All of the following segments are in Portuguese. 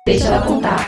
Deixa ela contar.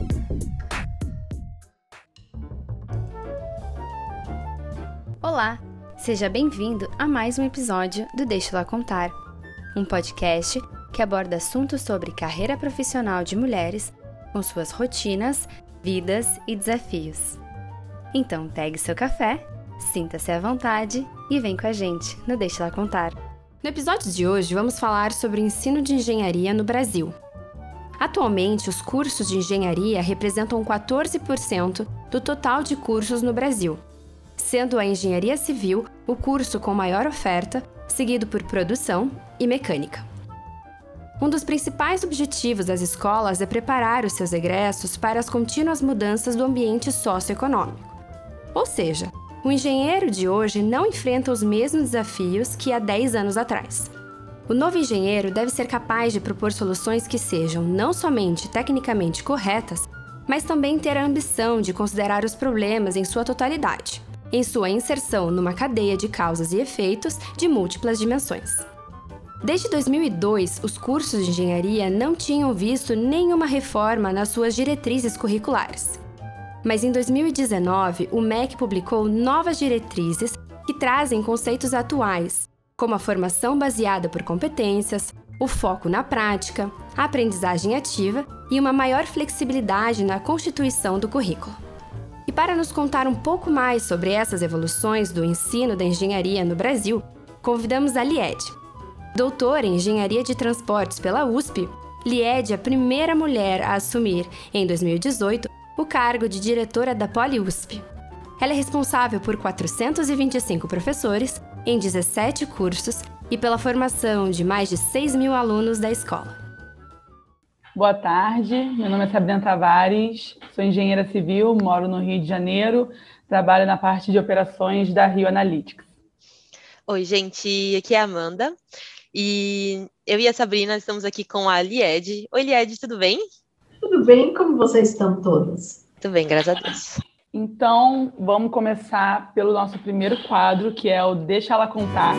Olá, seja bem-vindo a mais um episódio do Deixa ela contar, um podcast que aborda assuntos sobre carreira profissional de mulheres com suas rotinas, vidas e desafios. Então pegue seu café, sinta-se à vontade e vem com a gente no Deixa ela contar. No episódio de hoje vamos falar sobre o ensino de engenharia no Brasil. Atualmente, os cursos de engenharia representam 14% do total de cursos no Brasil, sendo a engenharia civil o curso com maior oferta, seguido por produção e mecânica. Um dos principais objetivos das escolas é preparar os seus egressos para as contínuas mudanças do ambiente socioeconômico. Ou seja, o engenheiro de hoje não enfrenta os mesmos desafios que há 10 anos atrás. O novo engenheiro deve ser capaz de propor soluções que sejam não somente tecnicamente corretas, mas também ter a ambição de considerar os problemas em sua totalidade, em sua inserção numa cadeia de causas e efeitos de múltiplas dimensões. Desde 2002, os cursos de engenharia não tinham visto nenhuma reforma nas suas diretrizes curriculares. Mas em 2019, o MEC publicou novas diretrizes que trazem conceitos atuais, como a formação baseada por competências, o foco na prática, a aprendizagem ativa e uma maior flexibilidade na constituição do currículo. E para nos contar um pouco mais sobre essas evoluções do ensino da engenharia no Brasil, convidamos a Liede. Doutora em Engenharia de Transportes pela USP, Liede é a primeira mulher a assumir, em 2018, o cargo de diretora da PoliUSP. Ela é responsável por 425 professores em 17 cursos e pela formação de mais de 6.000 alunos da escola. Boa tarde, meu nome é Sabrina Tavares, sou engenheira civil, moro no Rio de Janeiro, trabalho na parte de operações da Rio Analytics. Oi, gente, aqui é a Amanda e eu e a Sabrina estamos aqui com a Liede. Oi, Liede, tudo bem? Tudo bem? Como vocês estão todas? Tudo bem, graças a Deus. Então, vamos começar pelo nosso primeiro quadro, que é o Deixa Ela Contar.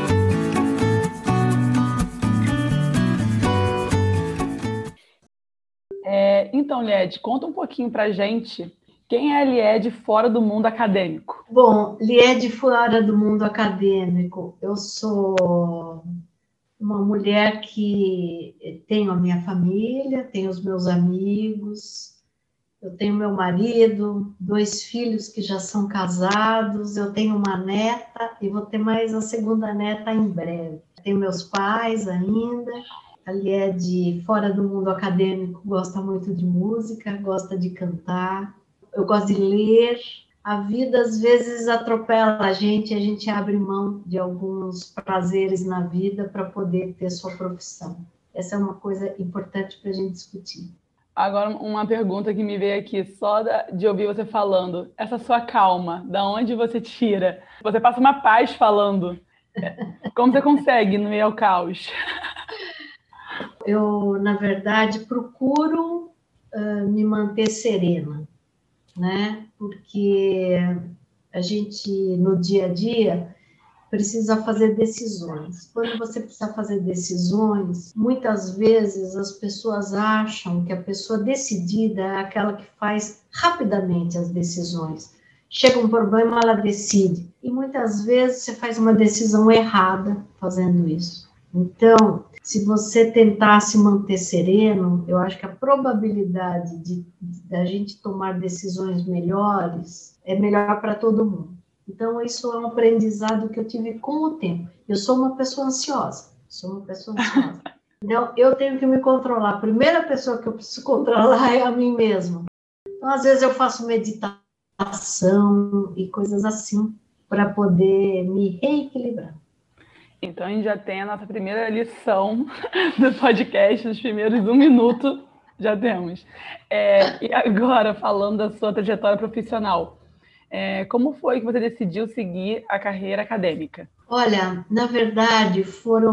Então, Liede, conta um pouquinho pra gente quem é a Liede fora do mundo acadêmico. Bom, Liede fora do mundo acadêmico. Eu sou uma mulher que tenho a minha família, tenho os meus amigos. Eu tenho meu marido, 2 filhos que já são casados, eu tenho uma neta e vou ter mais a segunda neta em breve. Tenho meus pais ainda. A Liede, fora do mundo acadêmico, gosta muito de música, gosta de cantar. Eu gosto de ler. A vida, às vezes, atropela a gente abre mão de alguns prazeres na vida para poder ter sua profissão. Essa é uma coisa importante para a gente discutir. Agora, uma pergunta que me veio aqui, só de ouvir você falando. Essa sua calma, da onde você tira? Você passa uma paz falando. Como você consegue no meio ao caos? Eu, na verdade, procuro me manter serena, né? Porque a gente, no dia a dia, precisa fazer decisões. Quando você precisa fazer decisões, muitas vezes as pessoas acham que a pessoa decidida é aquela que faz rapidamente as decisões. Chega um problema, ela decide. E muitas vezes você faz uma decisão errada fazendo isso. Então, se você tentar se manter sereno, eu acho que a probabilidade de a gente tomar decisões melhores é melhor para todo mundo. Então, isso é um aprendizado que eu tive com o tempo. Eu sou uma pessoa ansiosa. Então, eu tenho que me controlar. A primeira pessoa que eu preciso controlar é a mim mesma. Então, às vezes, eu faço meditação e coisas assim para poder me reequilibrar. Então, a gente já tem a nossa primeira lição do podcast, os primeiros 1 minuto, já temos. E agora, falando da sua trajetória profissional, como foi que você decidiu seguir a carreira acadêmica? Olha, na verdade,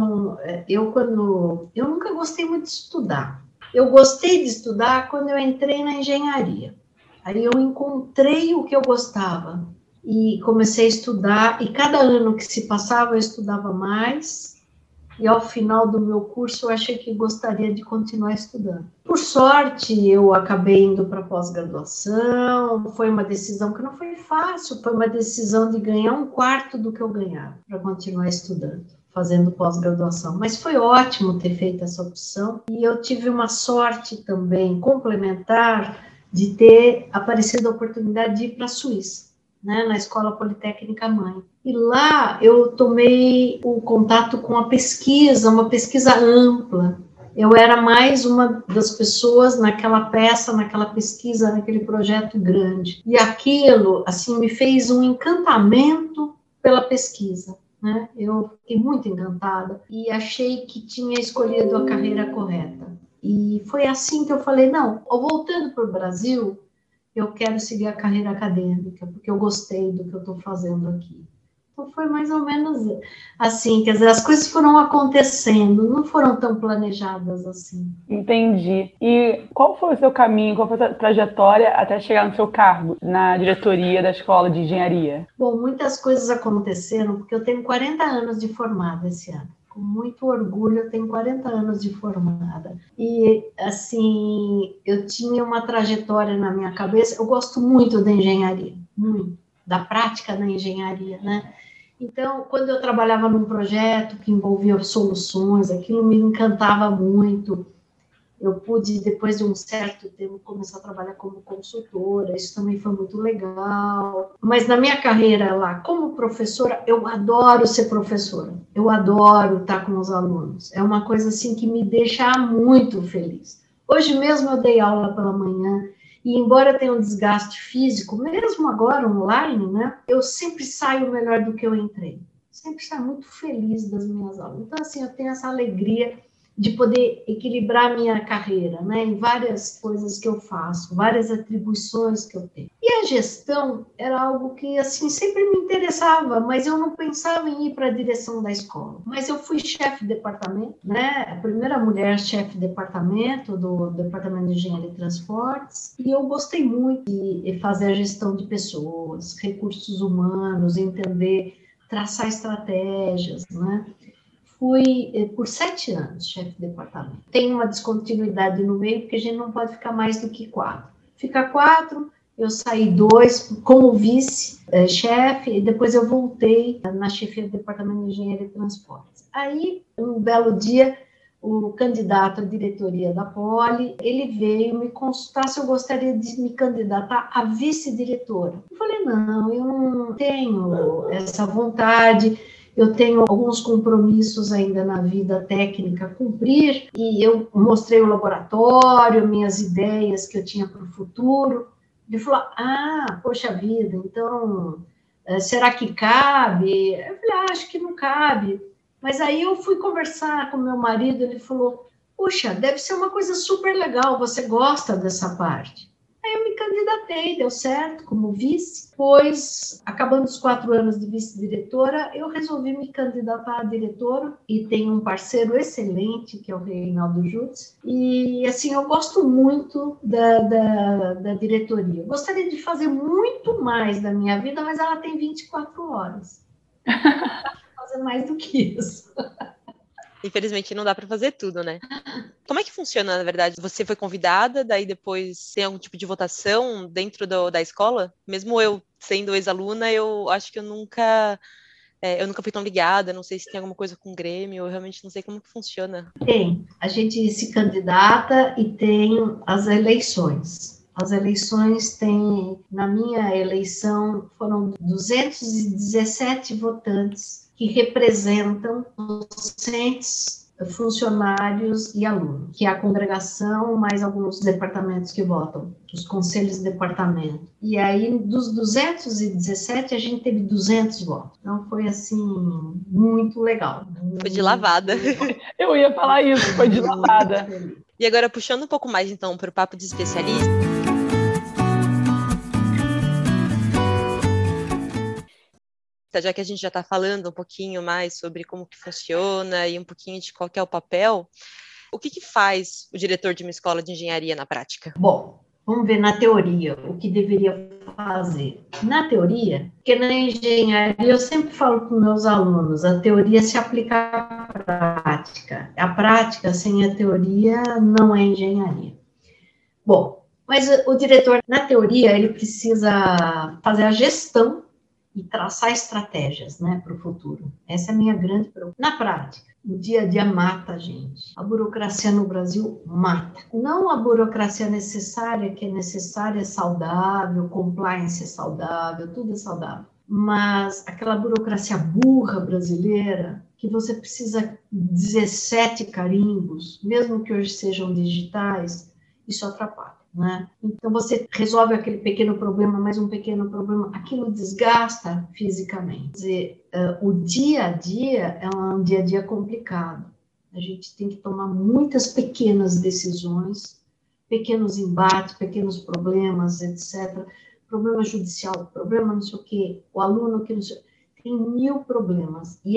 eu nunca gostei muito de estudar. Eu gostei de estudar quando eu entrei na engenharia. Aí eu encontrei o que eu gostava e comecei a estudar, e cada ano que se passava eu estudava mais, e ao final do meu curso eu achei que gostaria de continuar estudando. Por sorte, eu acabei indo para pós-graduação, foi uma decisão que não foi fácil, foi uma decisão de ganhar um quarto do que eu ganhava para continuar estudando, fazendo pós-graduação. Mas foi ótimo ter feito essa opção, e eu tive uma sorte também complementar de ter aparecido a oportunidade de ir para a Suíça, né, na Escola Politécnica Mãe. E lá eu tomei o contato com a pesquisa, uma pesquisa ampla. Eu era mais uma das pessoas naquela peça, naquela pesquisa, naquele projeto grande. E aquilo, assim, me fez um encantamento pela pesquisa, né? Eu fiquei muito encantada e achei que tinha escolhido a carreira correta. E foi assim que eu falei, não, voltando para o Brasil, eu quero seguir a carreira acadêmica, porque eu gostei do que eu estou fazendo aqui. Então, foi mais ou menos assim, quer dizer, as coisas foram acontecendo, não foram tão planejadas assim. Entendi. E qual foi o seu caminho, qual foi a sua trajetória até chegar no seu cargo na diretoria da Escola de Engenharia? Bom, muitas coisas aconteceram, porque eu tenho 40 anos de formada esse ano. Com muito orgulho, eu tenho 40 anos de formada. E, assim, eu tinha uma trajetória na minha cabeça. Eu gosto muito da engenharia, muito, da prática da engenharia, né? Então, quando eu trabalhava num projeto que envolvia soluções, aquilo me encantava muito. Eu pude, depois de um certo tempo, começar a trabalhar como consultora, isso também foi muito legal. Mas na minha carreira lá, como professora, eu adoro ser professora, eu adoro estar com os alunos. É uma coisa assim que me deixa muito feliz. Hoje mesmo eu dei aula pela manhã, e embora tenha um desgaste físico, mesmo agora online, né, eu sempre saio melhor do que eu entrei. Sempre saio muito feliz das minhas aulas. Então, assim, eu tenho essa alegria de poder equilibrar a minha carreira, né, em várias coisas que eu faço, várias atribuições que eu tenho. E a gestão era algo que, assim, sempre me interessava, mas eu não pensava em ir para a direção da escola. Mas eu fui chefe de departamento, né, a primeira mulher chefe de departamento do Departamento de Engenharia e Transportes, e eu gostei muito de fazer a gestão de pessoas, recursos humanos, entender, traçar estratégias, né. Fui por 7 anos chefe de departamento. Tem uma descontinuidade no meio, porque a gente não pode ficar mais do que 4. Fica 4, eu saí 2 como vice-chefe, e depois eu voltei na chefia do Departamento de Engenharia e Transportes. Aí, um belo dia, o candidato à diretoria da Poli, ele veio me consultar se eu gostaria de me candidatar a vice-diretora. Eu falei, não, eu não tenho essa vontade, eu tenho alguns compromissos ainda na vida técnica a cumprir, e eu mostrei o laboratório, minhas ideias que eu tinha para o futuro. Ele falou, poxa vida, então, será que cabe? Eu falei, acho que não cabe. Mas aí eu fui conversar com meu marido, ele falou, puxa, deve ser uma coisa super legal, você gosta dessa parte. Aí eu me candidatei, deu certo, como vice. Pois, acabando os 4 anos de vice-diretora, eu resolvi me candidatar a diretora, e tenho um parceiro excelente, que é o Reinaldo Jutz, e, assim, eu gosto muito da diretoria. Eu gostaria de fazer muito mais da minha vida, mas ela tem 24 horas. Fazer mais do que isso. Infelizmente não dá para fazer tudo, né? Como é que funciona, na verdade? Você foi convidada, daí depois tem algum tipo de votação dentro da escola? Mesmo eu sendo ex-aluna, eu acho que eu nunca fui tão ligada, não sei se tem alguma coisa com o Grêmio, eu realmente não sei como que funciona. Tem. A gente se candidata e tem as eleições. As eleições têm, na minha eleição, foram 217 votantes que representam docentes, funcionários e alunos, que é a congregação, mais alguns departamentos que votam, os conselhos de departamento. E aí, dos 217, a gente teve 200 votos. Então, foi, assim, muito legal. Foi de lavada. Eu ia falar isso, foi de lavada. E agora, puxando um pouco mais, então, para o papo de especialista, já que a gente já está falando um pouquinho mais sobre como que funciona e um pouquinho de qual que é o papel, o que faz o diretor de uma escola de engenharia na prática? Bom, vamos ver na teoria o que deveria fazer? Na teoria, porque na engenharia eu sempre falo com meus alunos, a teoria se aplica à prática. A prática sem a teoria não é engenharia. Bom, mas o diretor, na teoria, ele precisa fazer a gestão e traçar estratégias, né, para o futuro. Essa é a minha grande preocupação. Na prática, o dia a dia mata a gente. A burocracia no Brasil mata. Não a burocracia necessária, que é necessária, é saudável, compliance é saudável, tudo é saudável. Mas aquela burocracia burra brasileira, que você precisa 17 carimbos, mesmo que hoje sejam digitais, isso atrapalha. Né? Então, você resolve aquele pequeno problema, mais um pequeno problema, aquilo desgasta fisicamente. Quer dizer, o dia a dia é um dia a dia complicado. A gente tem que tomar muitas pequenas decisões, pequenos embates, pequenos problemas, etc. Problema judicial, problema não sei o quê, o aluno que não sei... Tem 1000 problemas. E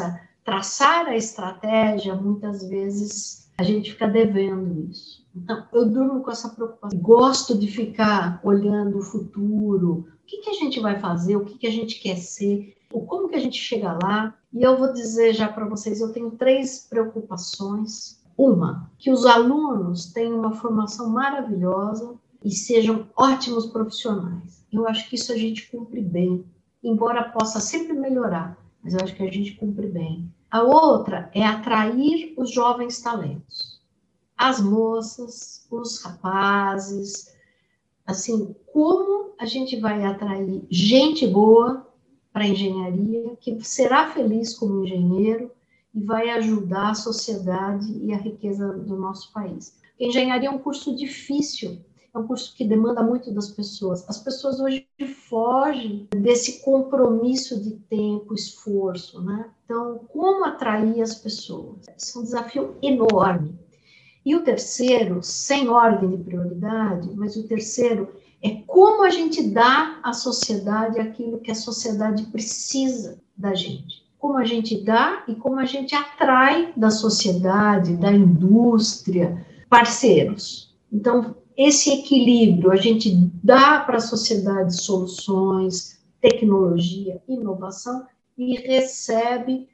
traçar a estratégia, muitas vezes, a gente fica devendo isso. Então, eu durmo com essa preocupação. Gosto de ficar olhando o futuro. O que a gente vai fazer? O que a gente quer ser? Como que a gente chega lá? E eu vou dizer já para vocês, eu tenho 3 preocupações. Uma, que os alunos tenham uma formação maravilhosa e sejam ótimos profissionais. Eu acho que isso a gente cumpre bem, embora possa sempre melhorar, mas eu acho que a gente cumpre bem. A outra é atrair os jovens talentos. As moças, os rapazes, assim, como a gente vai atrair gente boa para a engenharia, que será feliz como engenheiro e vai ajudar a sociedade e a riqueza do nosso país. Porque engenharia é um curso difícil, é um curso que demanda muito das pessoas. As pessoas hoje fogem desse compromisso de tempo, esforço, né? Então, como atrair as pessoas? Isso é um desafio enorme. E o terceiro, sem ordem de prioridade, mas o terceiro é como a gente dá à sociedade aquilo que a sociedade precisa da gente. Como a gente dá e como a gente atrai da sociedade, da indústria, parceiros. Então, esse equilíbrio, a gente dá para a sociedade soluções, tecnologia, inovação e recebe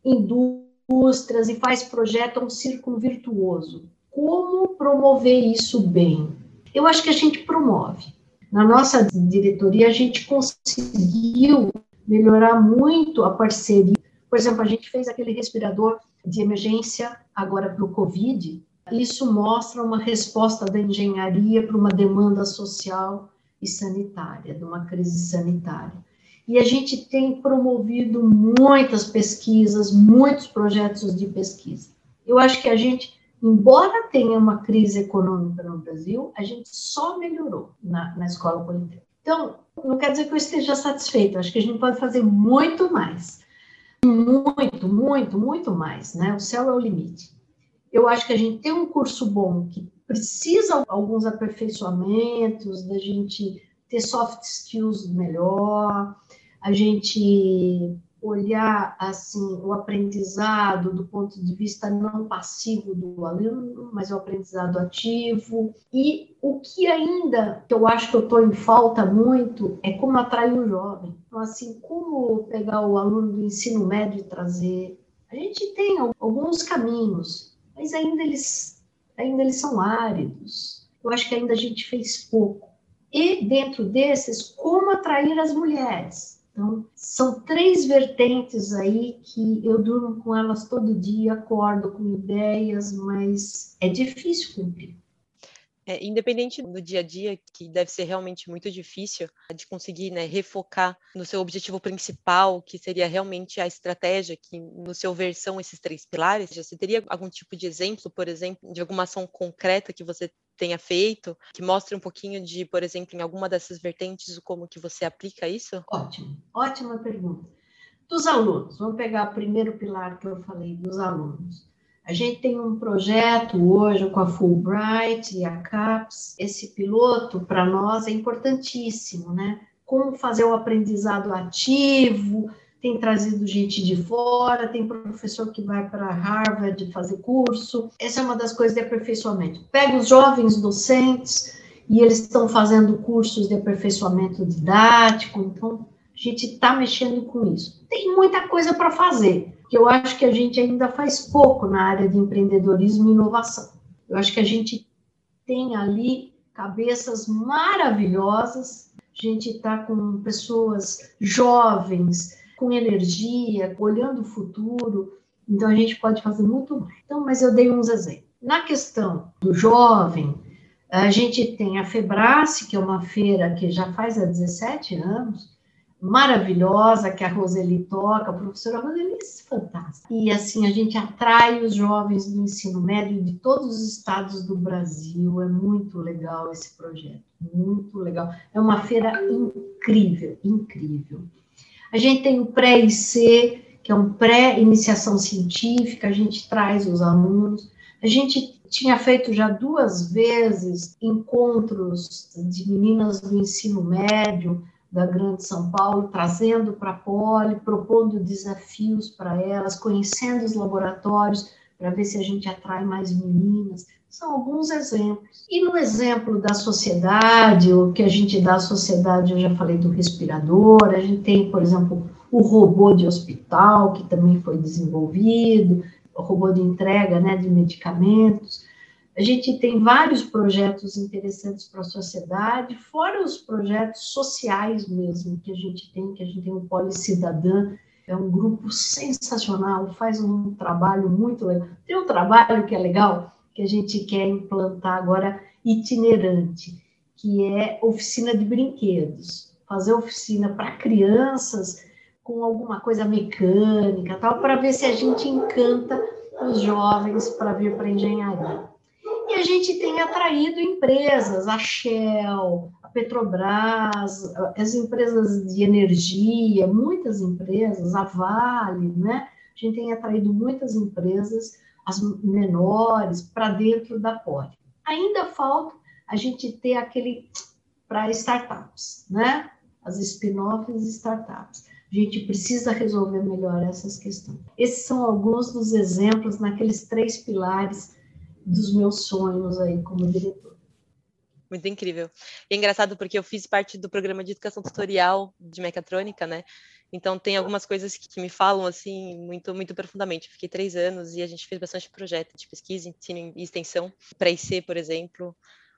indústrias e faz projeto, é um círculo virtuoso. Como promover isso bem? Eu acho que a gente promove. Na nossa diretoria, a gente conseguiu melhorar muito a parceria. Por exemplo, a gente fez aquele respirador de emergência agora para o Covid. Isso mostra uma resposta da engenharia para uma demanda social e sanitária, de uma crise sanitária. E a gente tem promovido muitas pesquisas, muitos projetos de pesquisa. Eu acho que a gente, embora tenha uma crise econômica no Brasil, a gente só melhorou na Escola Politécnica. Então, não quer dizer que eu esteja satisfeita, acho que a gente pode fazer muito mais. Muito mais, né? O céu é o limite. Eu acho que a gente tem um curso bom que precisa de alguns aperfeiçoamentos, da gente ter soft skills melhor, a gente olhar assim o aprendizado do ponto de vista não passivo do aluno, mas o aprendizado ativo. E o que ainda que eu acho que eu estou em falta muito é como atrair o jovem. Então, assim, como pegar o aluno do ensino médio e trazer. A gente tem alguns caminhos, mas ainda eles são áridos. Eu acho que ainda a gente fez pouco. E dentro desses, como atrair as mulheres? Então, são 3 vertentes aí que eu durmo com elas todo dia, acordo com ideias, mas é difícil cumprir. Independente do dia a dia, que deve ser realmente muito difícil de conseguir, né, refocar no seu objetivo principal, que seria realmente a estratégia, que no seu ver são esses 3 pilares. Você teria algum tipo de exemplo, por exemplo, de alguma ação concreta que você tenha feito, que mostre um pouquinho de, por exemplo, em alguma dessas vertentes, como que você aplica isso? Ótimo, ótima pergunta. Dos alunos, vamos pegar o primeiro pilar que eu falei, dos alunos. A gente tem um projeto hoje com a Fulbright e a CAPES. Esse piloto, para nós, é importantíssimo, né? Como fazer o aprendizado ativo, tem trazido gente de fora, tem professor que vai para Harvard fazer curso. Essa é uma das coisas de aperfeiçoamento. Pega os jovens docentes e eles estão fazendo cursos de aperfeiçoamento didático, então a gente está mexendo com isso. Tem muita coisa para fazer, porque eu acho que a gente ainda faz pouco na área de empreendedorismo e inovação. Eu acho que a gente tem ali cabeças maravilhosas, a gente está com pessoas jovens, com energia, olhando o futuro, então a gente pode fazer muito mais. Então, mas eu dei uns exemplos. Na questão do jovem, a gente tem a Febrace, que é uma feira que já faz há 17 anos, maravilhosa, que a Roseli toca, a professora Roseli é fantástica. E assim, a gente atrai os jovens do ensino médio de todos os estados do Brasil, é muito legal esse projeto, muito legal. É uma feira incrível, incrível. A gente tem o pré-IC, que é um pré-iniciação científica, a gente traz os alunos. A gente tinha feito já 2 vezes encontros de meninas do ensino médio da Grande São Paulo, trazendo para a Poli, propondo desafios para elas, conhecendo os laboratórios, para ver se a gente atrai mais meninas. São alguns exemplos. E no exemplo da sociedade, o que a gente dá à sociedade, eu já falei do respirador, a gente tem, por exemplo, o robô de hospital, que também foi desenvolvido, o robô de entrega, né, de medicamentos. A gente tem vários projetos interessantes para a sociedade, fora os projetos sociais mesmo que a gente tem o Policidadã, é um grupo sensacional, faz um trabalho muito legal. Tem um trabalho que é legal, que a gente quer implantar agora itinerante, que é oficina de brinquedos. Fazer oficina para crianças com alguma coisa mecânica, tal, para ver se a gente encanta os jovens para vir para a engenharia. E a gente tem atraído empresas, a Shell, a Petrobras, as empresas de energia, muitas empresas, a Vale, né? A gente tem atraído muitas empresas, as menores, para dentro da Poli. Ainda falta a gente ter aquele para startups, né? As spin-offs e startups. A gente precisa resolver melhor essas questões. Esses são alguns dos exemplos naqueles 3 pilares dos meus sonhos aí como diretor. Muito incrível. E é engraçado porque eu fiz parte do programa de educação tutorial de mecatrônica, né? Então tem algumas coisas que me falam assim muito muito profundamente. Eu fiquei 3 anos e a gente fez bastante projeto de pesquisa, ensino e extensão, para IC, por exemplo,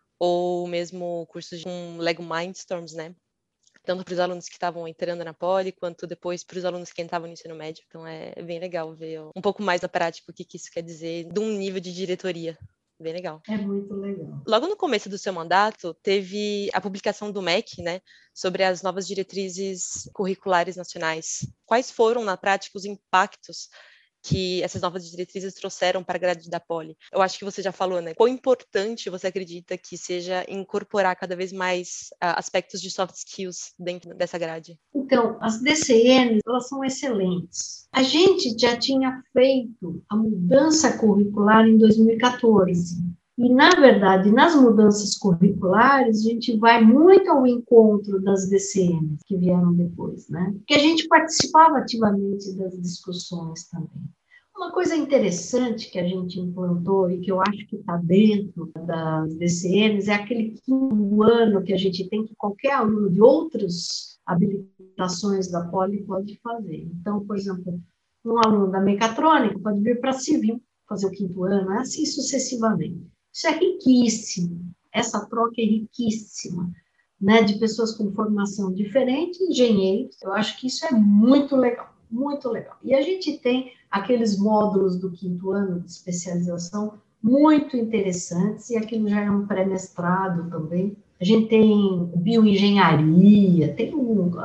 ou mesmo cursos de Lego Mindstorms, né? Tanto para os alunos que estavam entrando na Poli, quanto depois para os alunos que entravam no ensino médio. Então é bem legal ver um pouco mais na prática o que isso quer dizer de um nível de diretoria. Bem legal. É muito legal. Logo no começo do seu mandato, teve a publicação do MEC, né, sobre as novas diretrizes curriculares nacionais. Quais foram, na prática, os impactos que essas novas diretrizes trouxeram para a grade da Poli? Eu acho que você já falou, né? Quão importante você acredita que seja incorporar cada vez mais aspectos de soft skills dentro dessa grade? Então, as DCNs, elas são excelentes. A gente já tinha feito a mudança curricular em 2014. E, na verdade, nas mudanças curriculares, a gente vai muito ao encontro das DCNs que vieram depois, né? Porque a gente participava ativamente das discussões também. Uma coisa interessante que a gente implantou e que eu acho que está dentro das DCNs é aquele 5º ano que a gente tem que qualquer aluno de outras habilitações da Poli pode fazer. Então, por exemplo, um aluno da mecatrônica pode vir para civil fazer o 5º ano, assim sucessivamente. Isso é riquíssimo, essa troca é riquíssima, né, de pessoas com formação diferente, engenheiros, eu acho que isso é muito legal, muito legal. E a gente tem aqueles módulos do 5º ano de especialização muito interessantes, e aquilo já é um pré-mestrado também. A gente tem bioengenharia, tem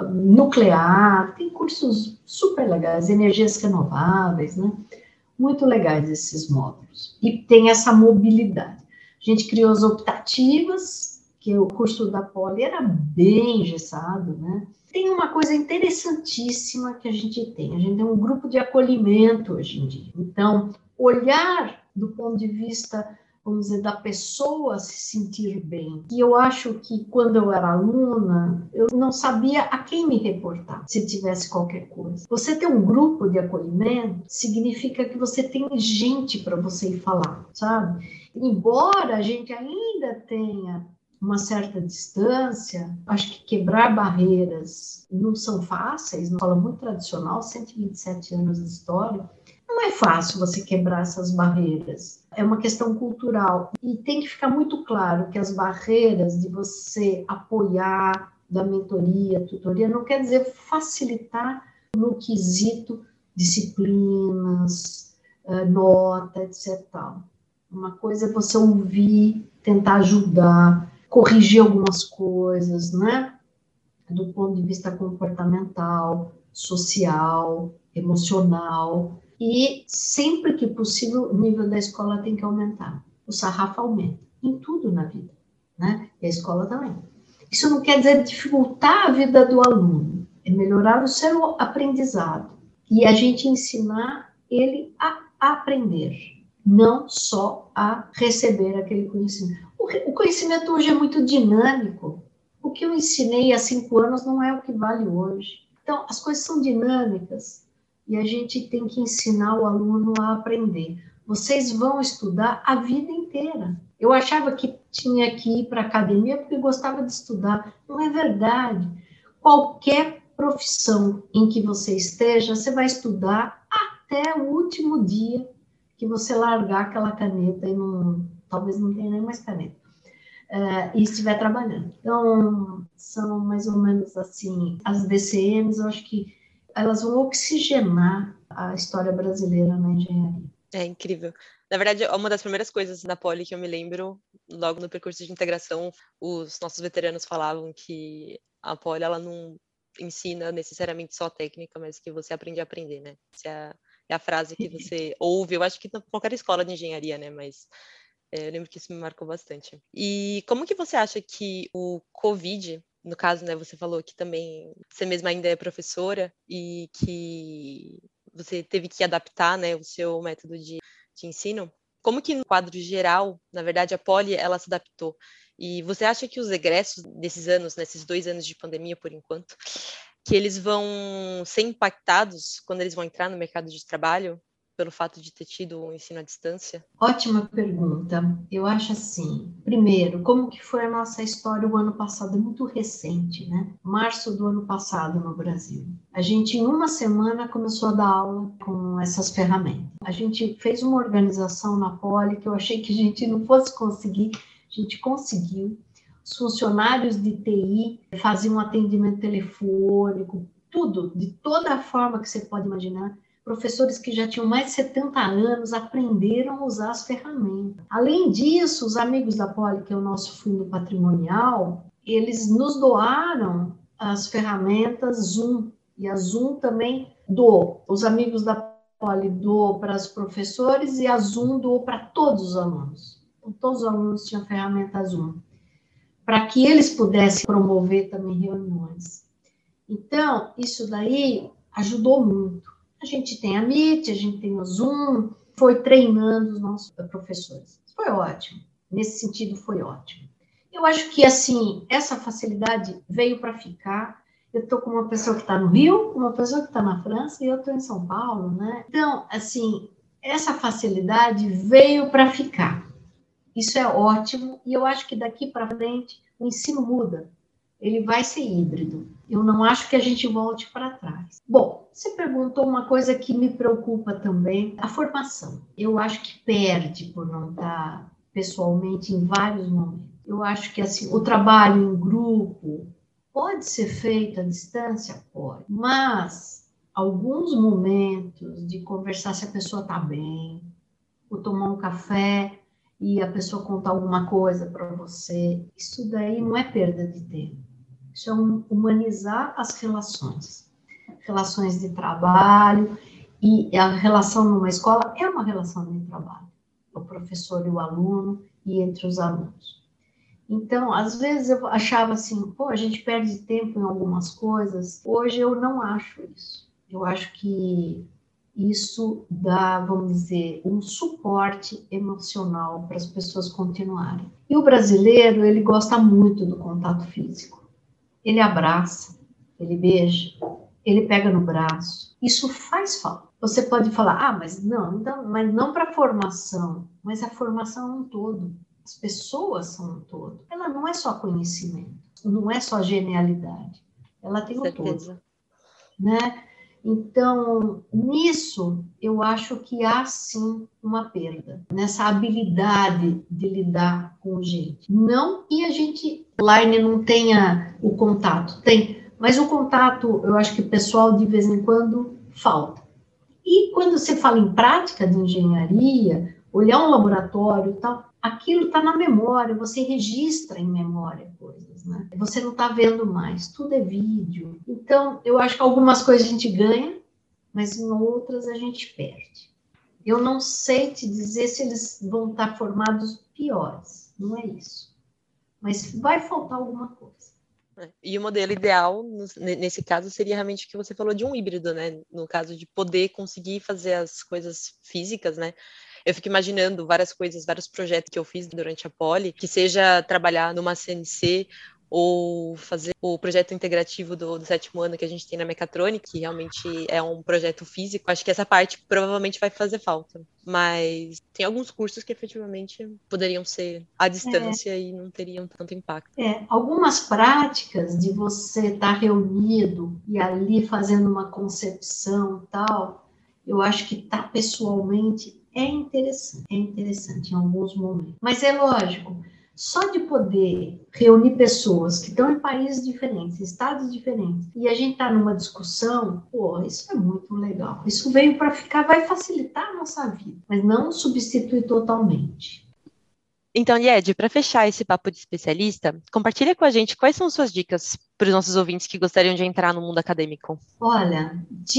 nuclear, tem cursos super legais, energias renováveis, né? Muito legais esses módulos. E tem essa mobilidade. A gente criou as optativas, que o curso da Poli era bem engessado, né? Tem uma coisa interessantíssima que a gente tem um grupo de acolhimento hoje em dia. Então, olhar do ponto de vista, vamos dizer, da pessoa se sentir bem. E eu acho que quando eu era aluna, eu não sabia a quem me reportar, se tivesse qualquer coisa. Você ter um grupo de acolhimento significa que você tem gente para você ir falar, sabe? Embora a gente ainda tenha uma certa distância. Acho que quebrar barreiras não são fáceis, numa escola muito tradicional, 127 anos de história, não é fácil você quebrar essas barreiras. É uma questão cultural. E tem que ficar muito claro que as barreiras de você apoiar, da mentoria, tutoria, não quer dizer facilitar no quesito disciplinas, nota, etc. Uma coisa é você ouvir, tentar ajudar, corrigir algumas coisas, né? Do ponto de vista comportamental, social, emocional. E sempre que possível, o nível da escola tem que aumentar. O sarrafo aumenta em tudo na vida, né? E a escola também. Isso não quer dizer dificultar a vida do aluno, é melhorar o seu aprendizado e a gente ensinar ele a aprender, não só a receber aquele conhecimento. O conhecimento hoje é muito dinâmico. O que eu ensinei há 5 anos não é o que vale hoje. Então, as coisas são dinâmicas e a gente tem que ensinar o aluno a aprender. Vocês vão estudar a vida inteira. Eu achava que tinha que ir para a academia porque gostava de estudar. Não é verdade. Qualquer profissão em que você esteja, você vai estudar até o último dia que você largar aquela caneta e talvez não tenha nem mais caneta. E estiver trabalhando. Então, são mais ou menos assim, as DCMs, eu acho que elas vão oxigenar a história brasileira na engenharia. É incrível. Na verdade, uma das primeiras coisas na Poli que eu me lembro, logo no percurso de integração, os nossos veteranos falavam que a Poli, ela não ensina necessariamente só técnica, mas que você aprende a aprender, né? Essa é a frase que você ouve, eu acho que em qualquer escola de engenharia, né? Mas eu lembro que isso me marcou bastante. E como que você acha que o Covid, no caso, né, você falou que também você mesma ainda é professora e que você teve que adaptar, né, o seu método de ensino, como que no quadro geral, na verdade, a Poli, ela se adaptou? E você acha que os egressos desses anos, nesses 2 anos de pandemia, por enquanto, que eles vão ser impactados quando eles vão entrar no mercado de trabalho pelo fato de ter tido o ensino à distância? Ótima pergunta. Eu acho assim, primeiro, como que foi a nossa história o ano passado? É muito recente, né? Março do ano passado no Brasil. A gente, em uma semana, começou a dar aula com essas ferramentas. A gente fez uma organização na Poli que eu achei que a gente não fosse conseguir, a gente conseguiu. Os funcionários de TI faziam atendimento telefônico, tudo, de toda a forma que você pode imaginar. Professores que já tinham mais de 70 anos aprenderam a usar as ferramentas. Além disso, os amigos da Poli, que é o nosso fundo patrimonial, eles nos doaram as ferramentas Zoom. E a Zoom também doou. Os amigos da Poli doou para os professores e a Zoom doou para todos os alunos. Então, todos os alunos tinham a ferramenta Zoom, para que eles pudessem promover também reuniões. Então, isso daí ajudou muito. A gente tem a Meet, a gente tem o Zoom, foi treinando os nossos professores. Foi ótimo. Nesse sentido, foi ótimo. Eu acho que, assim, essa facilidade veio para ficar. Eu estou com uma pessoa que está no Rio, uma pessoa que está na França e eu estou em São Paulo, né? Então, assim, essa facilidade veio para ficar. Isso é ótimo e eu acho que daqui para frente o ensino muda. Ele vai ser híbrido. Eu não acho que a gente volte para trás. Bom, você perguntou uma coisa que me preocupa também, a formação. Eu acho que perde por não estar pessoalmente em vários momentos. Eu acho que assim, o trabalho em grupo pode ser feito à distância? Pode. Mas alguns momentos de conversar se a pessoa está bem, ou tomar um café e a pessoa contar alguma coisa para você, isso daí não é perda de tempo. Isso é humanizar as relações de trabalho, e a relação numa escola é uma relação de trabalho, o professor e o aluno, e entre os alunos. Então, às vezes eu achava assim, a gente perde tempo em algumas coisas. Hoje eu não acho isso. Eu acho que isso dá, vamos dizer, um suporte emocional para as pessoas continuarem. E o brasileiro, ele gosta muito do contato físico. Ele abraça, ele beija, ele pega no braço. Isso faz falta. Você pode falar, mas não para a formação, mas a formação é um todo. As pessoas são um todo. Ela não é só conhecimento, não é só genialidade. Ela tem o todo, né? Então, nisso, eu acho que há, sim, uma perda. Nessa habilidade de lidar com gente. Não que a gente online não tenha o contato, tem. Mas o contato, eu acho que o pessoal, de vez em quando, falta. E quando você fala em prática de engenharia, olhar um laboratório e tal, aquilo está na memória, você registra em memória coisas, né? Você não está vendo mais, tudo é vídeo. Então, eu acho que algumas coisas a gente ganha, mas em outras a gente perde. Eu não sei te dizer se eles vão estar formados piores, não é isso. Mas vai faltar alguma coisa. E o modelo ideal, nesse caso, seria realmente o que você falou de um híbrido, né? No caso de poder conseguir fazer as coisas físicas, né? Eu fico imaginando várias coisas, vários projetos que eu fiz durante a Poli, que seja trabalhar numa CNC ou fazer o projeto integrativo do 7º ano que a gente tem na mecatrônica, que realmente é um projeto físico. Acho que essa parte provavelmente vai fazer falta. Mas tem alguns cursos que efetivamente poderiam ser à distância e não teriam tanto impacto. Algumas práticas de você estar reunido e ali fazendo uma concepção e tal, eu acho que estar pessoalmente é interessante em alguns momentos. Mas é lógico, só de poder reunir pessoas que estão em países diferentes, estados diferentes, e a gente está numa discussão, isso é muito legal. Isso veio para ficar, vai facilitar a nossa vida, mas não substituir totalmente. Então, Lied, para fechar esse papo de especialista, compartilha com a gente quais são suas dicas para os nossos ouvintes que gostariam de entrar no mundo acadêmico. Olha,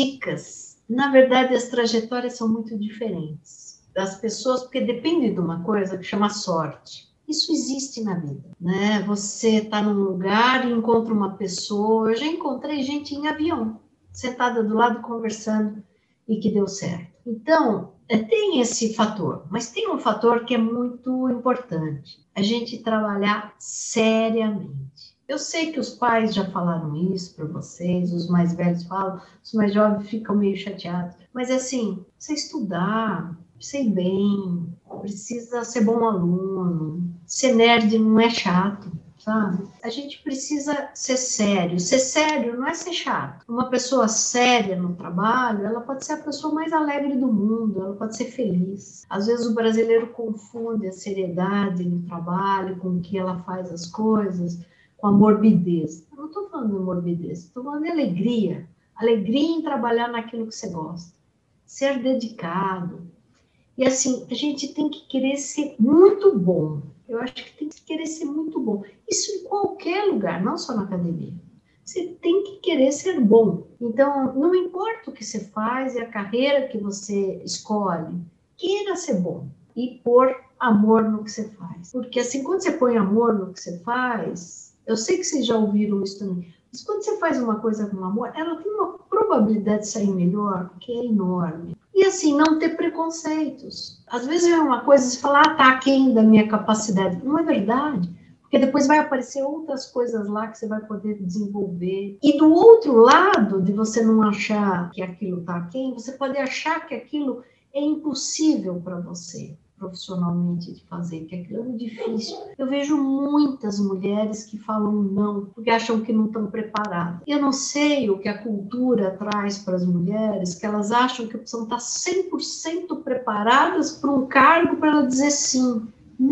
dicas. Na verdade, as trajetórias são muito diferentes das pessoas, porque depende de uma coisa que chama sorte. Isso existe na vida, né? Você está num lugar e encontra uma pessoa. Eu já encontrei gente em avião, sentada do lado conversando e que deu certo. Então, tem esse fator, mas tem um fator que é muito importante. A gente trabalhar seriamente. Eu sei que os pais já falaram isso para vocês, os mais velhos falam, os mais jovens ficam meio chateados. Mas assim, você estudar, você ir bem, precisa ser bom aluno, ser nerd não é chato, sabe? A gente precisa ser sério. Ser sério não é ser chato. Uma pessoa séria no trabalho, ela pode ser a pessoa mais alegre do mundo, ela pode ser feliz. Às vezes o brasileiro confunde a seriedade no trabalho com o que ela faz as coisas, com a morbidez. Eu não estou falando de morbidez, estou falando de alegria. Alegria em trabalhar naquilo que você gosta. Ser dedicado. E assim, a gente tem que querer ser muito bom. Eu acho que tem que querer ser muito bom. Isso em qualquer lugar, não só na academia. Você tem que querer ser bom. Então, não importa o que você faz e a carreira que você escolhe, queira ser bom e pôr amor no que você faz. Porque assim, quando você põe amor no que você faz, eu sei que vocês já ouviram isso também, mas quando você faz uma coisa com amor, ela tem uma probabilidade de sair melhor, que é enorme. E assim, não ter preconceitos. Às vezes é uma coisa, você fala, tá aquém da minha capacidade. Não é verdade, porque depois vai aparecer outras coisas lá que você vai poder desenvolver. E do outro lado, de você não achar que aquilo tá aquém, você pode achar que aquilo é impossível para você profissionalmente de fazer, que aquilo é muito difícil. Eu vejo muitas mulheres que falam não, porque acham que não estão preparadas. Eu não sei o que a cultura traz para as mulheres, que elas acham que precisam estar 100% preparadas para um cargo para ela dizer sim.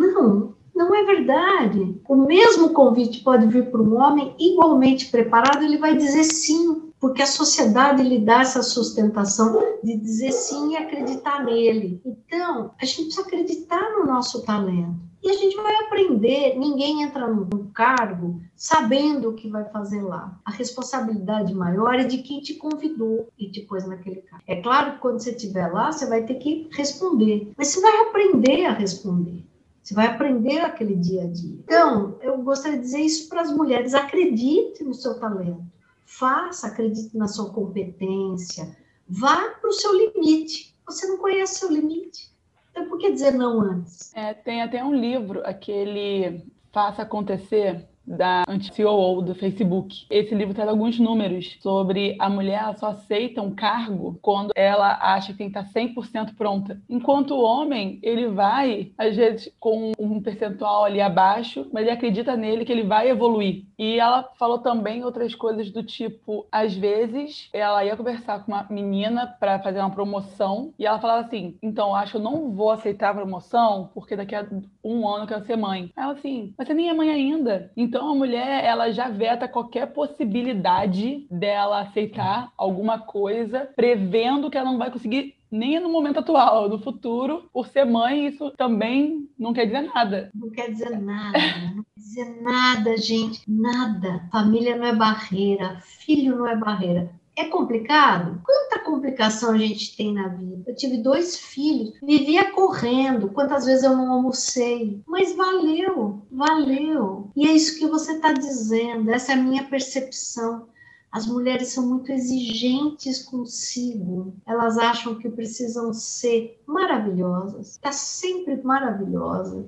Não é verdade. O mesmo convite pode vir para um homem igualmente preparado, ele vai dizer sim, porque a sociedade lhe dá essa sustentação de dizer sim e acreditar nele. Então, a gente precisa acreditar no nosso talento. E a gente vai aprender. Ninguém entra num cargo sabendo o que vai fazer lá. A responsabilidade maior é de quem te convidou e te pôs naquele cargo. É claro que quando você estiver lá, você vai ter que responder. Mas você vai aprender a responder. Você vai aprender aquele dia a dia. Então, eu gostaria de dizer isso para as mulheres. Acredite no seu talento. Faça, acredite na sua competência. Vá para o seu limite. Você não conhece o seu limite. Então, por que dizer não antes? Tem até um livro, aquele Faça Acontecer, da anti-CEO do Facebook. Esse livro traz alguns números sobre a mulher só aceita um cargo quando ela acha que tem que estar 100% pronta. Enquanto o homem, ele vai, às vezes, com um percentual ali abaixo, mas ele acredita nele que ele vai evoluir. E ela falou também outras coisas do tipo, às vezes, ela ia conversar com uma menina para fazer uma promoção e ela falava assim, então, acho que eu não vou aceitar a promoção porque daqui a um ano eu quero ser mãe. Ela assim, mas você nem é mãe ainda. Então, a mulher, ela já veta qualquer possibilidade dela aceitar alguma coisa, prevendo que ela não vai conseguir nem no momento atual, no futuro, por ser mãe, isso também não quer dizer nada. Não quer dizer nada, não quer dizer nada, gente, nada. Família não é barreira, filho não é barreira. É complicado? Quanta complicação a gente tem na vida? Eu tive 2 filhos, vivia correndo, quantas vezes eu não almocei, mas valeu, valeu. E é isso que você está dizendo, essa é a minha percepção. As mulheres são muito exigentes consigo. Elas acham que precisam ser maravilhosas. Está sempre maravilhosa,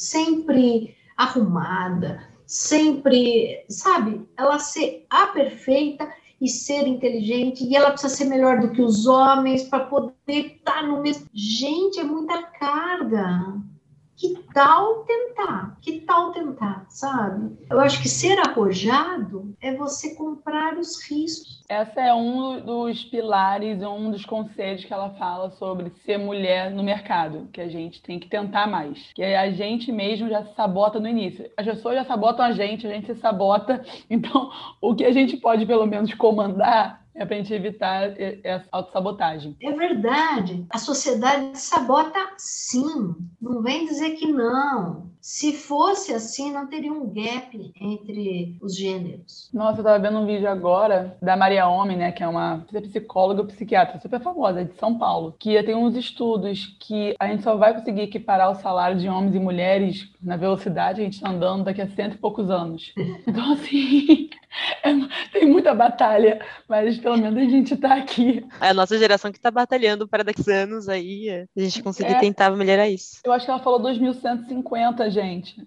sempre arrumada, sempre, sabe? Ela ser a perfeita e ser inteligente. E ela precisa ser melhor do que os homens para poder estar no mesmo... Gente, é muita carga. Que tal tentar? Que tal tentar, sabe? Eu acho que ser arrojado é você comprar os riscos. Essa é um dos pilares, um dos conselhos que ela fala sobre ser mulher no mercado, que a gente tem que tentar mais. Que a gente mesmo já se sabota no início. As pessoas já sabotam a gente se sabota. Então, o que a gente pode, pelo menos, comandar é para a gente evitar essa autossabotagem. É verdade. A sociedade sabota sim. Não vem dizer que não. Se fosse assim, não teria um gap entre os gêneros. Nossa, eu estava vendo um vídeo agora da Maria Homem, né, que é uma psicóloga psiquiatra super famosa, de São Paulo, que tem uns estudos que a gente só vai conseguir equiparar o salário de homens e mulheres na velocidade que a gente está andando daqui a 100 e poucos anos. Então, assim... tem muita batalha, mas pelo menos a gente está aqui. É a nossa geração que está batalhando para daqui a anos aí a gente conseguir tentar melhorar isso. Eu acho que ela falou 2150, gente.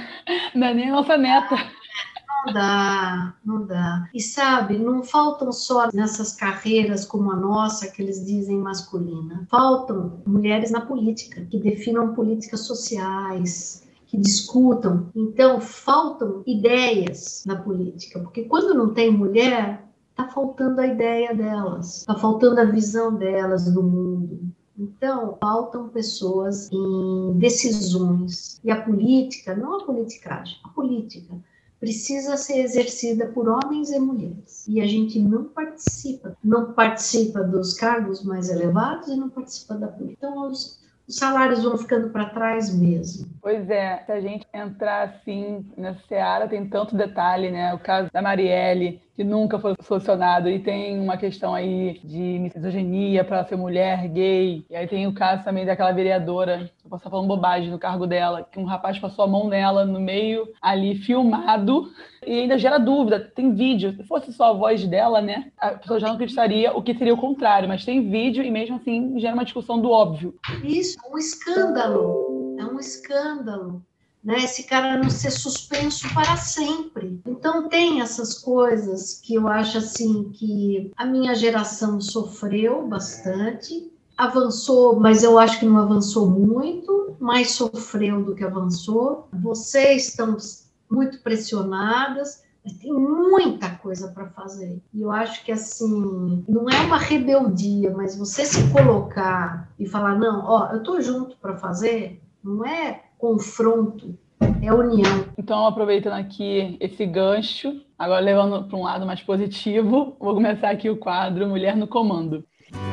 Não é nem a nossa meta. Não dá, não dá. E sabe, não faltam só nessas carreiras como a nossa, que eles dizem masculina. Faltam mulheres na política, que definam políticas sociais, que discutam. Então, faltam ideias na política, porque quando não tem mulher, está faltando a ideia delas, está faltando a visão delas do mundo. Então, faltam pessoas em decisões. E a política, não a politicagem, a política precisa ser exercida por homens e mulheres. E a gente não participa dos cargos mais elevados e não participa da política. Então, os salários vão ficando para trás mesmo. Pois é, se a gente entrar assim nessa seara, tem tanto detalhe, né? O caso da Marielle, que nunca foi solucionado, e tem uma questão aí de misoginia para ser mulher, gay, e aí tem o caso também daquela vereadora, eu posso estar falando bobagem no cargo dela, que um rapaz passou a mão nela no meio ali, filmado, e ainda gera dúvida, tem vídeo, se fosse só a voz dela, né, a pessoa já não acreditaria o que seria o contrário, mas tem vídeo e mesmo assim gera uma discussão do óbvio. Isso, é um escândalo. Né? Esse cara não ser suspenso para sempre. Então tem essas coisas que eu acho assim que a minha geração sofreu bastante, avançou, mas eu acho que não avançou muito, mais sofreu do que avançou. Vocês estão muito pressionadas, mas tem muita coisa para fazer. E eu acho que assim, não é uma rebeldia, mas você se colocar e falar, não, ó, eu tô junto para fazer, não é confronto, é união. Então, aproveitando aqui esse gancho, agora levando para um lado mais positivo, vou começar aqui o quadro Mulher no Comando.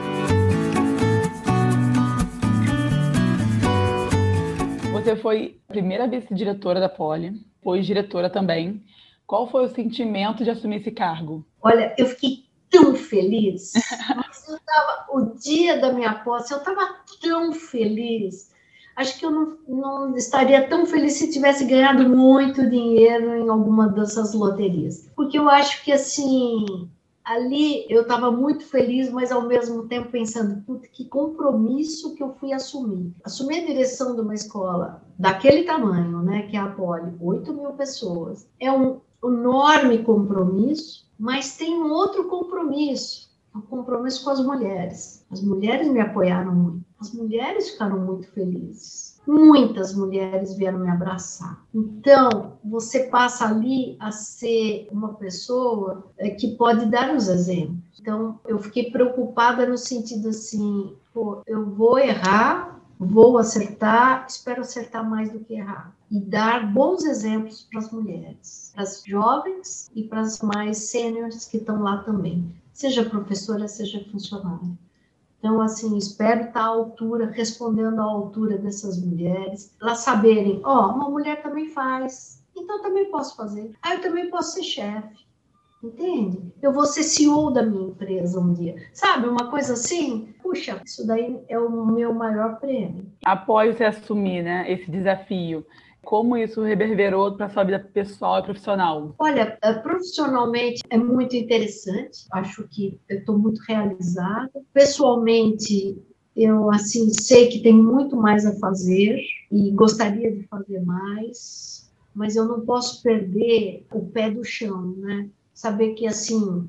Você foi a primeira vice-diretora da Poli, foi diretora também. Qual foi o sentimento de assumir esse cargo? Olha, eu fiquei tão feliz. O dia da minha posse, eu estava tão feliz. Acho que eu não estaria tão feliz se tivesse ganhado muito dinheiro em alguma dessas loterias. Porque eu acho que, assim, ali eu estava muito feliz, mas ao mesmo tempo pensando, puta, que compromisso que eu fui assumir. Assumir a direção de uma escola daquele tamanho, né, que é a Poli, 8.000 pessoas, é um enorme compromisso, mas tem um outro compromisso, um compromisso com as mulheres. As mulheres me apoiaram muito, as mulheres ficaram muito felizes. Muitas mulheres vieram me abraçar. Então, você passa ali a ser uma pessoa que pode dar os exemplos. Então, eu fiquei preocupada no sentido assim, pô, eu vou errar, vou acertar, espero acertar mais do que errar. E dar bons exemplos para as mulheres, para as jovens e para as mais sêniores que estão lá também. Seja professora, seja funcionária. Então, assim, espero estar à altura, respondendo à altura dessas mulheres, elas saberem, uma mulher também faz, então eu também posso fazer. Eu também posso ser chefe, entende? Eu vou ser CEO da minha empresa um dia. Sabe, uma coisa assim? Puxa, isso daí é o meu maior prêmio. Após você assumir, né, esse desafio, como isso reverberou para a sua vida pessoal e profissional? Olha, profissionalmente é muito interessante. Acho que eu estou muito realizada. Pessoalmente, eu assim sei que tem muito mais a fazer e gostaria de fazer mais, mas eu não posso perder o pé do chão, né? Saber que assim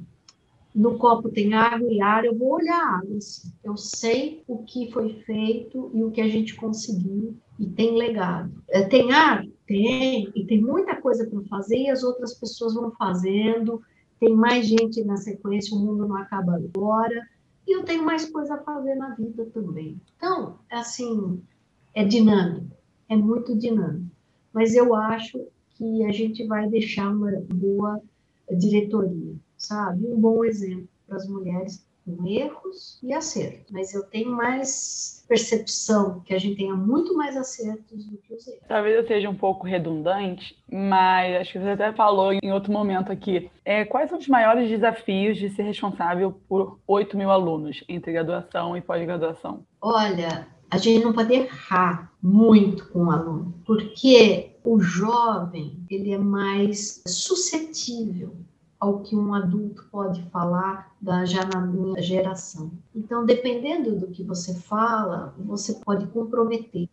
no copo tem água e ar, eu vou olhar a água. Assim. Eu sei o que foi feito e o que a gente conseguiu e tem legado. Tem ar? Tem, e tem muita coisa para fazer e as outras pessoas vão fazendo, tem mais gente na sequência, o mundo não acaba agora, e eu tenho mais coisa a fazer na vida também. Então, assim, é dinâmico, é muito dinâmico, mas eu acho que a gente vai deixar uma boa diretoria, sabe? Um bom exemplo para as mulheres com erros e acertos. Mas eu tenho mais percepção que a gente tenha muito mais acertos do que os erros. Talvez eu seja um pouco redundante, mas acho que você até falou em outro momento aqui. Quais são os maiores desafios de ser responsável por 8.000 alunos entre graduação e pós-graduação? Olha, a gente não pode errar muito com o aluno, porque o jovem ele é mais suscetível ao que um adulto pode falar já na minha geração. Então, dependendo do que você fala, você pode comprometer.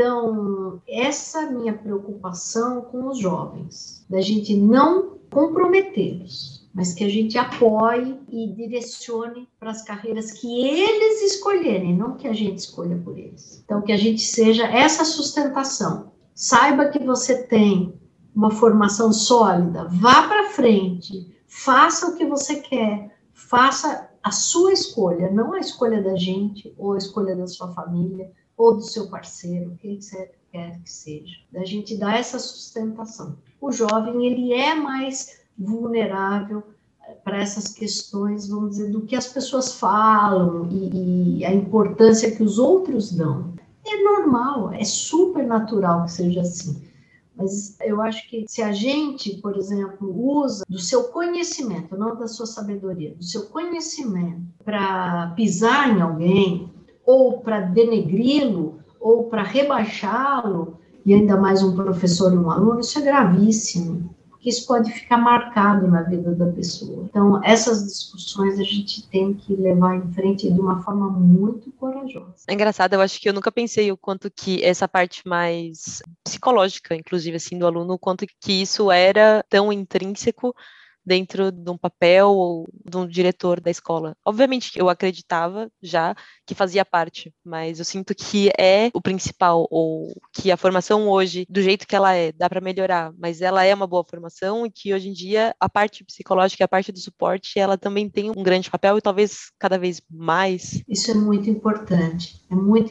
Então, essa minha preocupação com os jovens, da gente não comprometê-los, mas que a gente apoie e direcione para as carreiras que eles escolherem, não que a gente escolha por eles. Então, que a gente seja essa sustentação. Saiba que você tem uma formação sólida, vá para frente, faça o que você quer, faça a sua escolha, não a escolha da gente, ou a escolha da sua família, ou do seu parceiro, quem você quer que seja. A gente dá essa sustentação. O jovem, ele é mais vulnerável para essas questões, vamos dizer, do que as pessoas falam e a importância que os outros dão. É normal, é super natural que seja assim. Mas eu acho que se a gente, por exemplo, usa do seu conhecimento, não da sua sabedoria, do seu conhecimento para pisar em alguém, ou para denegri-lo, ou para rebaixá-lo, e ainda mais um professor e um aluno, isso é gravíssimo, porque isso pode ficar marcado na vida da pessoa. Então, essas discussões a gente tem que levar em frente de uma forma muito corajosa. É engraçado, eu acho que eu nunca pensei o quanto que essa parte mais psicológica, inclusive, assim, do aluno, o quanto que isso era tão intrínseco dentro de um papel ou de um diretor da escola. Obviamente, eu acreditava já que fazia parte, mas eu sinto que é o principal, ou que a formação hoje, do jeito que ela é, dá para melhorar, mas ela é uma boa formação e que hoje em dia a parte psicológica, a parte do suporte, ela também tem um grande papel e talvez cada vez mais. Isso é muito importante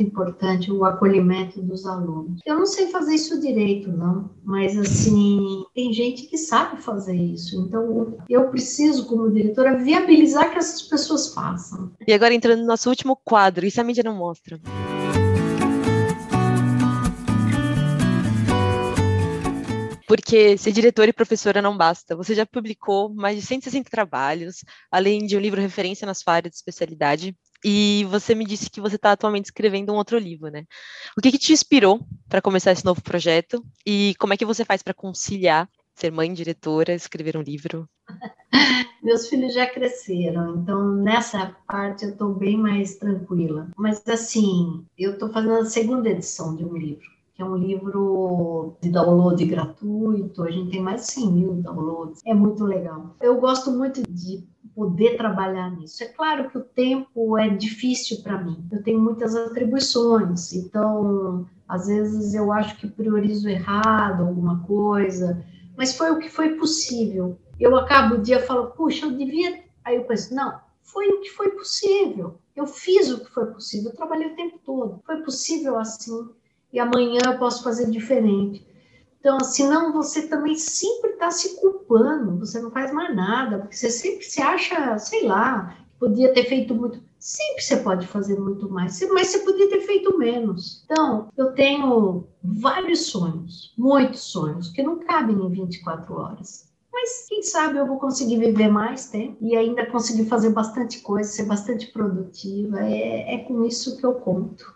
o acolhimento dos alunos. Eu não sei fazer isso direito, não, mas assim, tem gente que sabe fazer isso, então eu preciso, como diretora, viabilizar que essas pessoas façam. E agora entrando no nosso último quadro, isso a mídia não mostra. Porque ser diretora e professora não basta. Você já publicou mais de 160 trabalhos, além de um livro referência na sua área de especialidade, e você me disse que você está atualmente escrevendo um outro livro, né? O que te inspirou para começar esse novo projeto e como é que você faz para conciliar ser mãe diretora, escrever um livro? Meus filhos já cresceram, então nessa parte eu estou bem mais tranquila. Mas assim, eu estou fazendo a segunda edição de um livro, que é um livro de download gratuito. A gente tem mais de 100 mil downloads, é muito legal. Eu gosto muito de poder trabalhar nisso. É claro que o tempo é difícil para mim, eu tenho muitas atribuições, então às vezes eu acho que priorizo errado alguma coisa, mas foi o que foi possível. Eu acabo o dia e falo, puxa, eu devia... Aí eu penso, não, foi o que foi possível. Eu fiz o que foi possível, eu trabalhei o tempo todo. Foi possível assim, e amanhã eu posso fazer diferente. Então, senão você também sempre está se culpando, você não faz mais nada, porque você sempre se acha, sei lá, podia ter feito muito. Sempre você pode fazer muito mais, mas você podia ter feito menos. Então, eu tenho vários sonhos, muitos sonhos, que não cabem em 24 horas. Mas quem sabe eu vou conseguir viver mais tempo e ainda conseguir fazer bastante coisa, ser bastante produtiva. É com isso que eu conto.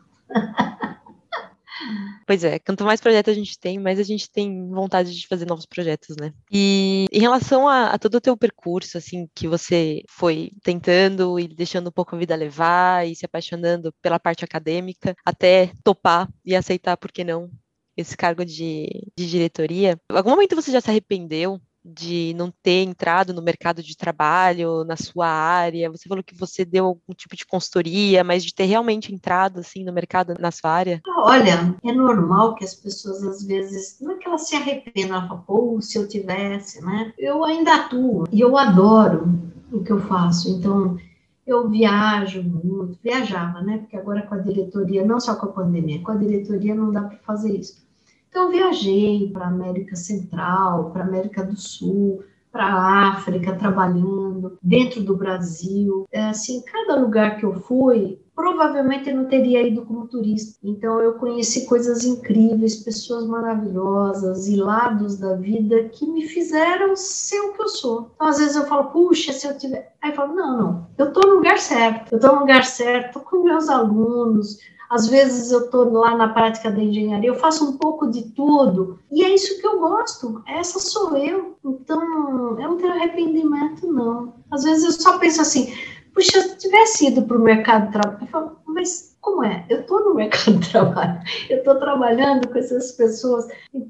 Pois é, quanto mais projetos a gente tem, mais a gente tem vontade de fazer novos projetos, né? E em relação a todo o teu percurso, assim, que você foi tentando e deixando um pouco a vida levar e se apaixonando pela parte acadêmica, até topar e aceitar, por que não, esse cargo de diretoria, em algum momento você já se arrependeu de não ter entrado no mercado de trabalho, na sua área? Você falou que você deu algum tipo de consultoria, mas de ter realmente entrado, assim, no mercado, na sua área? Olha, é normal que as pessoas, às vezes, não é que elas se arrependam, ela fala, pô, se eu tivesse, né? Eu ainda atuo, e eu adoro o que eu faço, então... Eu viajo muito, viajava, né? Porque agora com a diretoria, não só com a pandemia, com a diretoria não dá para fazer isso. Então, eu viajei para a América Central, para a América do Sul, para a África, trabalhando, dentro do Brasil. Assim, cada lugar que eu fui, provavelmente eu não teria ido como turista. Então, eu conheci coisas incríveis, pessoas maravilhosas e lados da vida que me fizeram ser o que eu sou. Então, às vezes eu falo, puxa, se eu tiver... Aí eu falo, não, eu estou no lugar certo. Eu estou no lugar certo, estou com meus alunos. Às vezes eu estou lá na prática da engenharia, eu faço um pouco de tudo, e é isso que eu gosto, essa sou eu. Então, eu não tenho arrependimento, não. Às vezes eu só penso assim, puxa, se eu tivesse ido para o mercado de trabalho, eu falo, mas como é? Eu estou no mercado de trabalho, eu estou trabalhando com essas pessoas,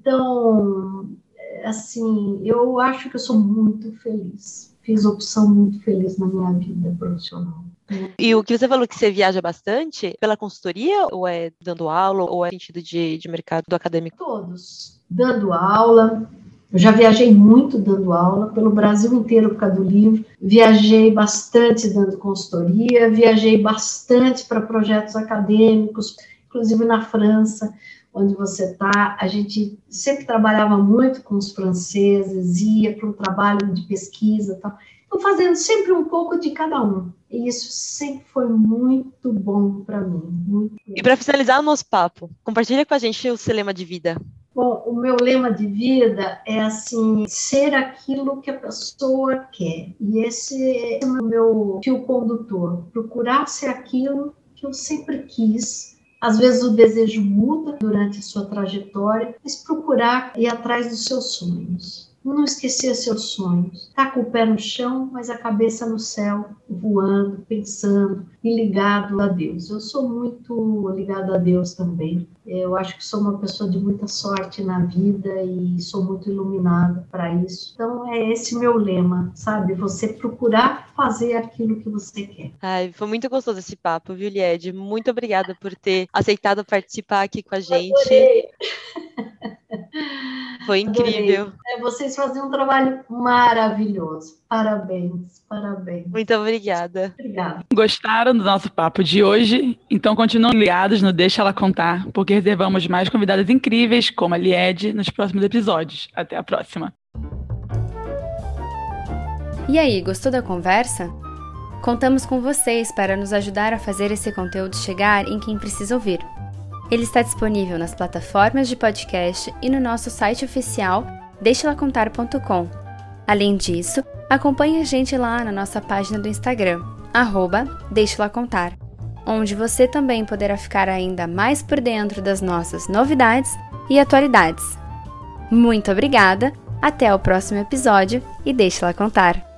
então, assim, eu acho que eu sou muito feliz. Fiz opção muito feliz na minha vida profissional. E o que você falou que você viaja bastante, pela consultoria, ou é dando aula, ou é no sentido de mercado acadêmico? Todos. Dando aula, eu já viajei muito dando aula, pelo Brasil inteiro por causa do livro, viajei bastante dando consultoria, viajei bastante para projetos acadêmicos, inclusive na França, onde você está, a gente sempre trabalhava muito com os franceses, ia para um trabalho de pesquisa e tal. Então, fazendo sempre um pouco de cada um. E isso sempre foi muito bom para mim. Muito bom. E para finalizar o nosso papo, compartilha com a gente o seu lema de vida. Bom, o meu lema de vida é assim, ser aquilo que a pessoa quer. E esse é o meu fio condutor. Procurar ser aquilo que eu sempre quis. Às vezes o desejo muda durante a sua trajetória, mas procurar ir atrás dos seus sonhos. Não esquecer seus sonhos. Tá com o pé no chão, mas a cabeça no céu, voando, pensando e ligado a Deus. Eu sou muito ligada a Deus também. Eu acho que sou uma pessoa de muita sorte na vida e sou muito iluminada para isso. Então é esse meu lema, sabe? Você procurar fazer aquilo que você quer. Ai, foi muito gostoso esse papo, viu, Lied? Muito obrigada por ter aceitado participar aqui com a gente. Adorei. Foi incrível. Vocês fazem um trabalho maravilhoso. Parabéns, parabéns. Muito obrigada. Obrigada. Gostaram do nosso papo de hoje? Então continuem ligados no Deixa Ela Contar, porque reservamos mais convidadas incríveis, como a Lied, nos próximos episódios. Até a próxima. E aí, gostou da conversa? Contamos com vocês para nos ajudar a fazer esse conteúdo chegar em quem precisa ouvir. Ele está disponível nas plataformas de podcast e no nosso site oficial deixalacontar.com. Além disso, acompanhe a gente lá na nossa página do Instagram, @deixalacontar, onde você também poderá ficar ainda mais por dentro das nossas novidades e atualidades. Muito obrigada, Até o próximo episódio e deixe lá contar!